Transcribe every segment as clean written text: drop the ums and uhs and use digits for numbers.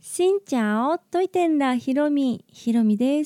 しんちゃおといてんらひろみです。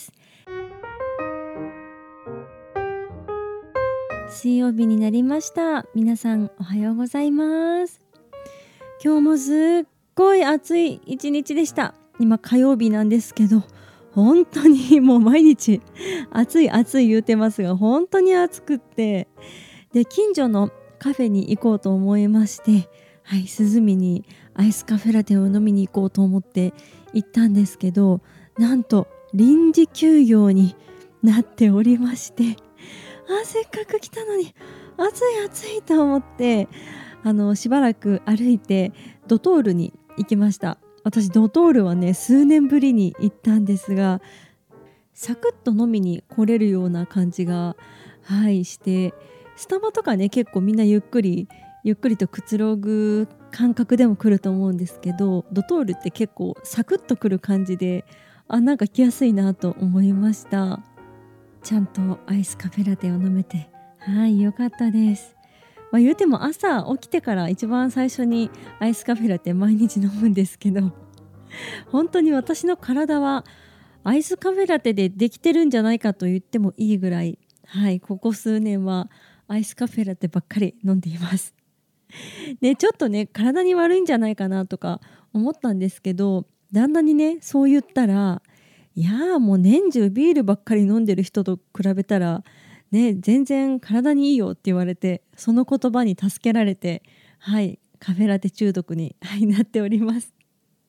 水曜日になりました。皆さんおはようございます。今日もすっごい暑い一日でした。今火曜日なんですけど、本当にもう毎日暑い言うてますが、本当に暑くって、で近所のカフェに行こうと思いまして、涼みにアイスカフェラテを飲みに行こうと思って行ったんですけど、なんと臨時休業になっておりまして、せっかく来たのに暑いと思って、しばらく歩いてドトールに行きました。私ドトールはね、数年ぶりに行ったんですが、サクッと飲みに来れるような感じがして、スタバとかね、結構みんなゆっくりとくつろぐ感覚でも来ると思うんですけど、ドトールって結構サクッと来る感じで、なんか来やすいなと思いました。ちゃんとアイスカフェラテを飲めて良かったです。言うても朝起きてから一番最初にアイスカフェラテ毎日飲むんですけど、本当に私の体はアイスカフェラテでできてるんじゃないかと言ってもいいぐらい、ここ数年はアイスカフェラテばっかり飲んでいます。でちょっとね、体に悪いんじゃないかなとか思ったんですけど、旦那にねそう言ったら、いやもう年中ビールばっかり飲んでる人と比べたらね、全然体にいいよって言われて、その言葉に助けられて、カフェラテ中毒に、なっております。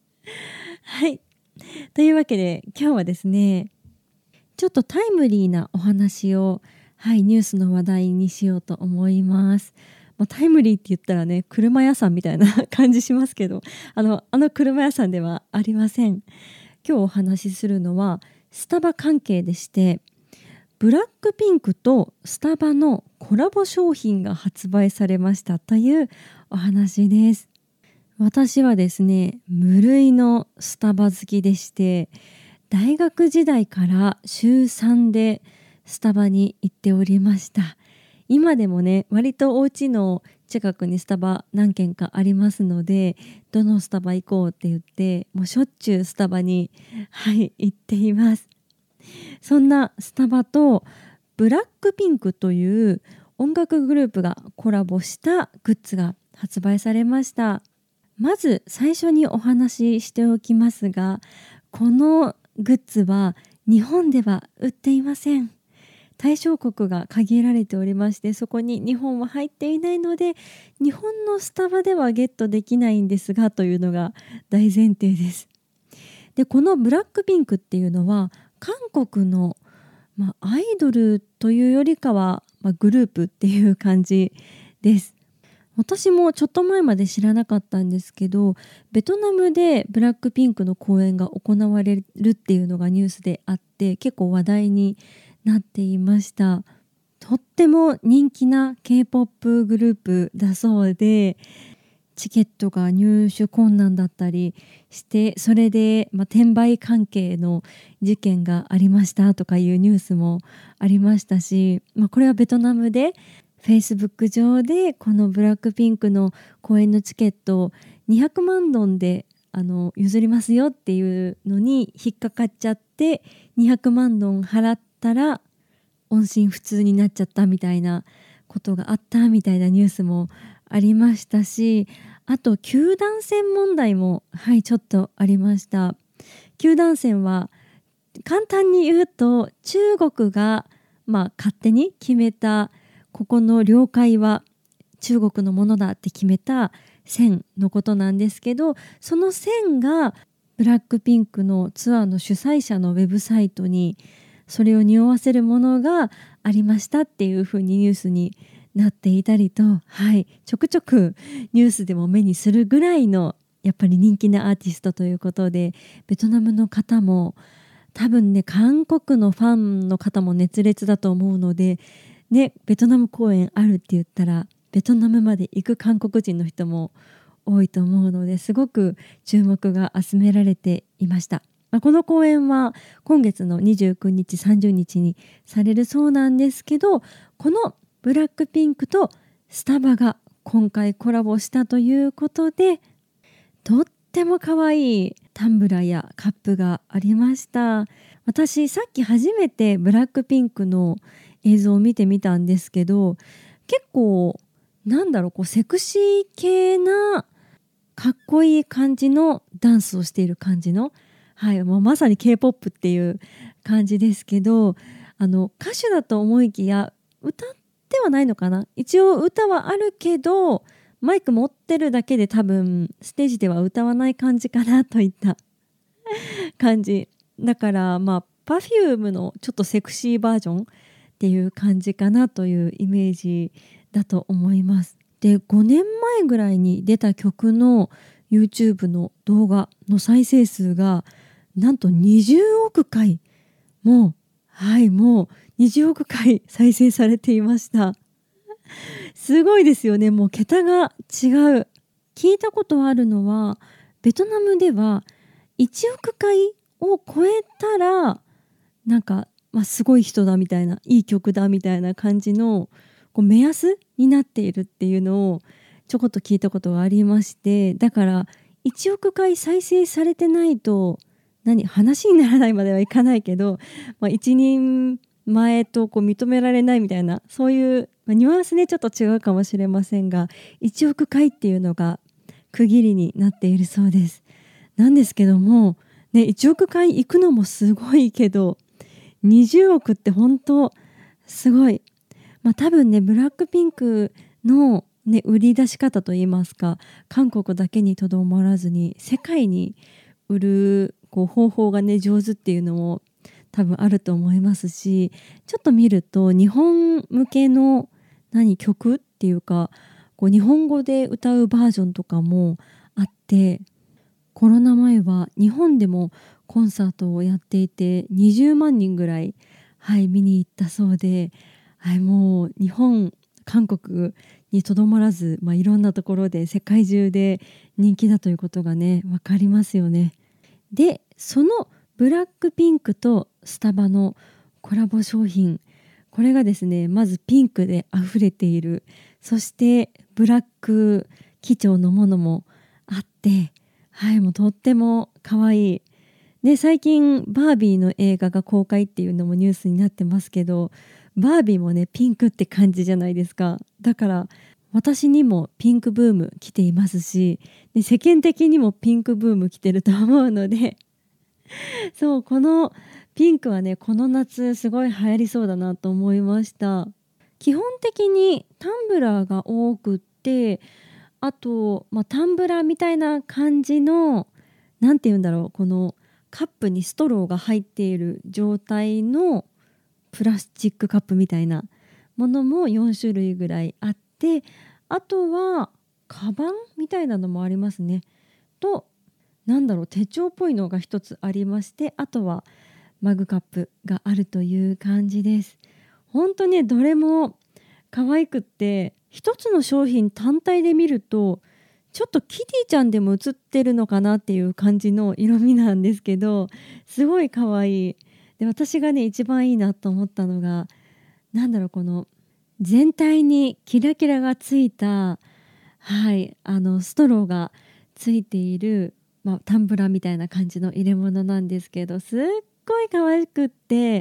というわけで今日はですね、ちょっとタイムリーなお話を、ニュースの話題にしようと思います。タイムリーって言ったらね、車屋さんみたいな感じしますけど、あの車屋さんではありません。今日お話しするのはスタバ関係でして、ブラックピンクとスタバのコラボ商品が発売されましたというお話です。私はですね、無類のスタバ好きでして、大学時代から週3でスタバに行っておりました。今でもね、割とお家の近くにスタバ何軒かありますので、どのスタバ行こうって言って、もうしょっちゅうスタバに行っています。そんなスタバとブラックピンクという音楽グループがコラボしたグッズが発売されました。まず最初にお話ししておきますが、このグッズは日本では売っていません。対象国が限られておりまして、そこに日本は入っていないので、日本のスタバではゲットできないんですがというのが大前提です。でこのブラックピンクっていうのは韓国の、アイドルというよりかは、グループっていう感じです。私もちょっと前まで知らなかったんですけど、ベトナムでブラックピンクの公演が行われるっていうのがニュースであって、結構話題になっていました。とっても人気な K-POP グループだそうで、チケットが入手困難だったりして、それで、転売関係の事件がありましたとかいうニュースもありましたし、これはベトナムで Facebook 上でこのブラックピンクの公演のチケットを200万ドンで譲りますよっていうのに引っかかっちゃって、200万ドン払ったら音信不通になっちゃったみたいなことがあったみたいなニュースもありましたし、あと球団戦問題もちょっとありました。球団戦は簡単に言うと、中国が勝手に決めた、ここの領海は中国のものだって決めた線のことなんですけど、その線がブラックピンクのツアーの主催者のウェブサイトにそれを匂わせるものがありましたっていうふうにニュースになっていたりと、ちょくちょくニュースでも目にするぐらいのやっぱり人気なアーティストということで、ベトナムの方も多分ね、韓国のファンの方も熱烈だと思うのでね、ベトナム公演あるって言ったらベトナムまで行く韓国人の人も多いと思うので、すごく注目が集められていました。この公演は今月の29日30日にされるそうなんですけど、このブラックピンクとスタバが今回コラボしたということで、とっっても可愛いタンブラーやカップがありました。私さっき初めてブラックピンクの映像を見てみたんですけど、結構こうセクシー系なかっこいい感じのダンスをしている感じの、もうまさに K-POP っていう感じですけど、歌手だと思いきや歌ってはないのかな。一応歌はあるけどマイク持ってるだけで多分ステージでは歌わない感じかなといった感じだから、Perfume のちょっとセクシーバージョンっていう感じかなというイメージだと思います。で、5年前ぐらいに出た曲の YouTube の動画の再生数がなんと20億回もう20億回再生されていました。すごいですよね。もう桁が違う。聞いたことあるのはベトナムでは1億回を超えたらすごい人だみたいな、いい曲だみたいな感じのこう目安になっているっていうのをちょこっと聞いたことがありまして、だから1億回再生されてないと話にならないまではいかないけど、一人前とこう認められないみたいな、そういう、ニュアンスねちょっと違うかもしれませんが、1億回っていうのが区切りになっているそうです。なんですけどもね、1億回行くのもすごいけど20億って本当すごい。多分ねブラックピンクの、売り出し方といいますか、韓国だけにとどまらずに世界に売るこう方法がね上手っていうのも多分あると思いますし、ちょっと見ると日本向けの曲っていうか、こう日本語で歌うバージョンとかもあって、コロナ前は日本でもコンサートをやっていて20万人ぐらい、見に行ったそうで、もう日本韓国にとどまらず、いろんなところで世界中で人気だということがね分かりますよね。で、そのブラックピンクとスタバのコラボ商品、これがですねまずピンクで溢れている、そしてブラック基調のものもあって、もうとっても可愛い。で、最近バービーの映画が公開っていうのもニュースになってますけど、バービーもねピンクって感じじゃないですか。だから私にもピンクブーム来ていますし、で世間的にもピンクブーム来てると思うのでそう、このピンクはねこの夏すごい流行りそうだなと思いました。基本的にタンブラーが多くって、あと、タンブラーみたいな感じのて言うんだろう、このカップにストローが入っている状態のプラスチックカップみたいなものも4種類ぐらいあって、あとはカバンみたいなのもありますね。と手帳っぽいのが一つありまして、あとはマグカップがあるという感じです。本当ねどれも可愛くって、一つの商品単体で見るとちょっとキティちゃんでも映ってるのかなっていう感じの色味なんですけど、すごい可愛い。で、私がね一番いいなと思ったのがこの全体にキラキラがついた、ストローがついている、タンブラーみたいな感じの入れ物なんですけど、すっごい可愛くって、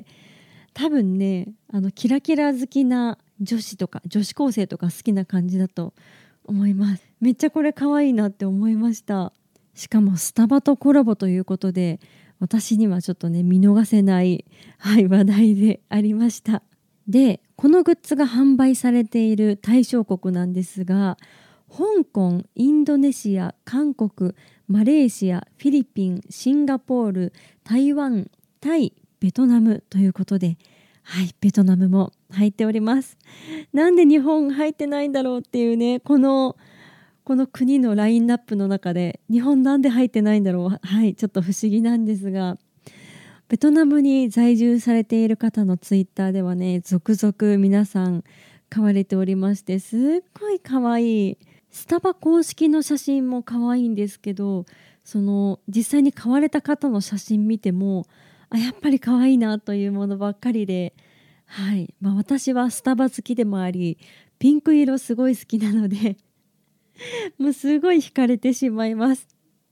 多分ねキラキラ好きな女子とか女子高生とか好きな感じだと思います。めっちゃこれ可愛いなって思いました。しかもスタバとコラボということで、私にはちょっとね見逃せない、話題でありました。で、このグッズが販売されている対象国なんですが、香港、インドネシア、韓国、マレーシア、フィリピン、シンガポール、台湾、タイ、ベトナムということで、ベトナムも入っております。なんで日本入ってないんだろうっていうね、この国のラインナップの中で日本なんで入ってないんだろう、ちょっと不思議なんですが、ベトナムに在住されている方のツイッターではね続々皆さん買われておりまして、すっごい可愛い。スタバ公式の写真も可愛いんですけど、その実際に買われた方の写真見てもやっぱり可愛いなというものばっかりで、私はスタバ好きでもありピンク色すごい好きなのでもうすごい惹かれてしまいます。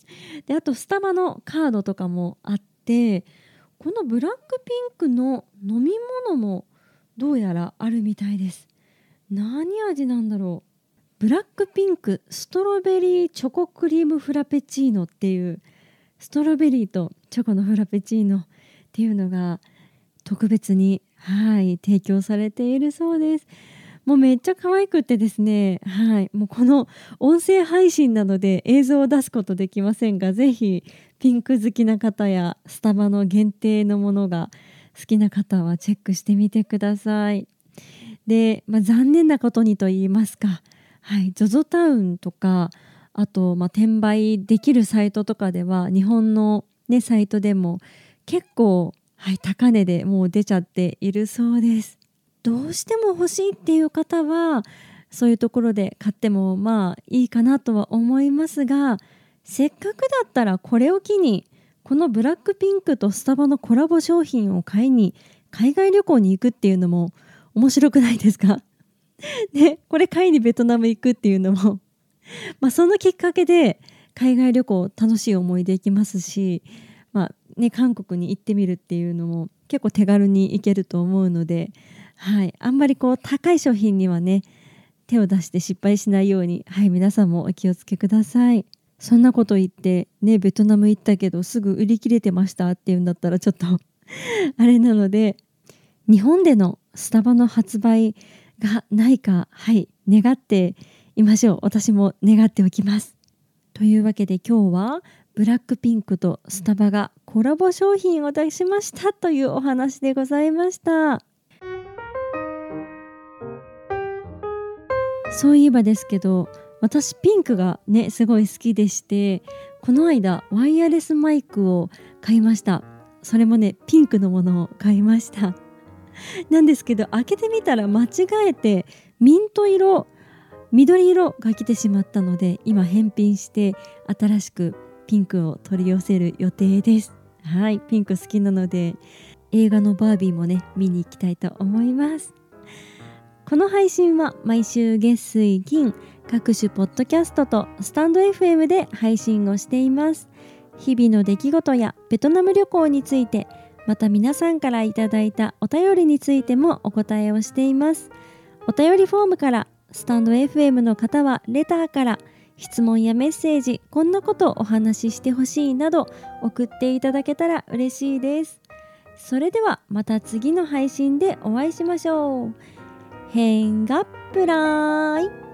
であとスタバのカードとかもあって、このブラックピンクの飲み物もどうやらあるみたいです。何味なんだろう。ブラックピンクストロベリーチョコクリームフラペチーノっていう、ストロベリーとチョコのフラペチーノっていうのが特別に提供されているそうです。もうめっちゃ可愛くってですね、もうこの音声配信なので映像を出すことできませんが、ぜひピンク好きな方やスタバの限定のものが好きな方はチェックしてみてください。で、残念なことにと言いますか、ZOZO タウンとか、あと転売できるサイトとかでは、日本のねサイトでも結構高値でもう出ちゃっているそうです。どうしても欲しいっていう方はそういうところで買ってもいいかなとは思いますが、せっかくだったらこれを機にこのブラックピンクとスタバのコラボ商品を買いに海外旅行に行くっていうのも面白くないですか？でこれ買いにベトナム行くっていうのもそのきっかけで海外旅行楽しい思いできますし、韓国に行ってみるっていうのも結構手軽に行けると思うので、あんまり高い商品にはね手を出して失敗しないように、皆さんもお気をつけください。そんなこと言ってね、ベトナム行ったけどすぐ売り切れてましたっていうんだったらちょっとあれなので、日本でのスタバの発売がないか、願っていましょう。私も願っておきます。というわけで今日はブラックピンクとスタバがコラボ商品を出しましたというお話でございました。そういえばですけど、私ピンクがねすごい好きでして、この間ワイヤレスマイクを買いました。それもねピンクのものを買いましたなんですけど、開けてみたら間違えてミント色、緑色が来てしまったので、今返品して新しくピンクを取り寄せる予定です。ピンク好きなので映画のバービーもね見に行きたいと思います。この配信は毎週月水金各種ポッドキャストとスタンド FM で配信をしています。日々の出来事やベトナム旅行について、また皆さんからいただいたお便りについてもお答えをしています。お便りフォームから、スタンド FM の方はレターから、質問やメッセージ、こんなことお話ししてほしいなど送っていただけたら嬉しいです。それではまた次の配信でお会いしましょう。変がっぷらーい。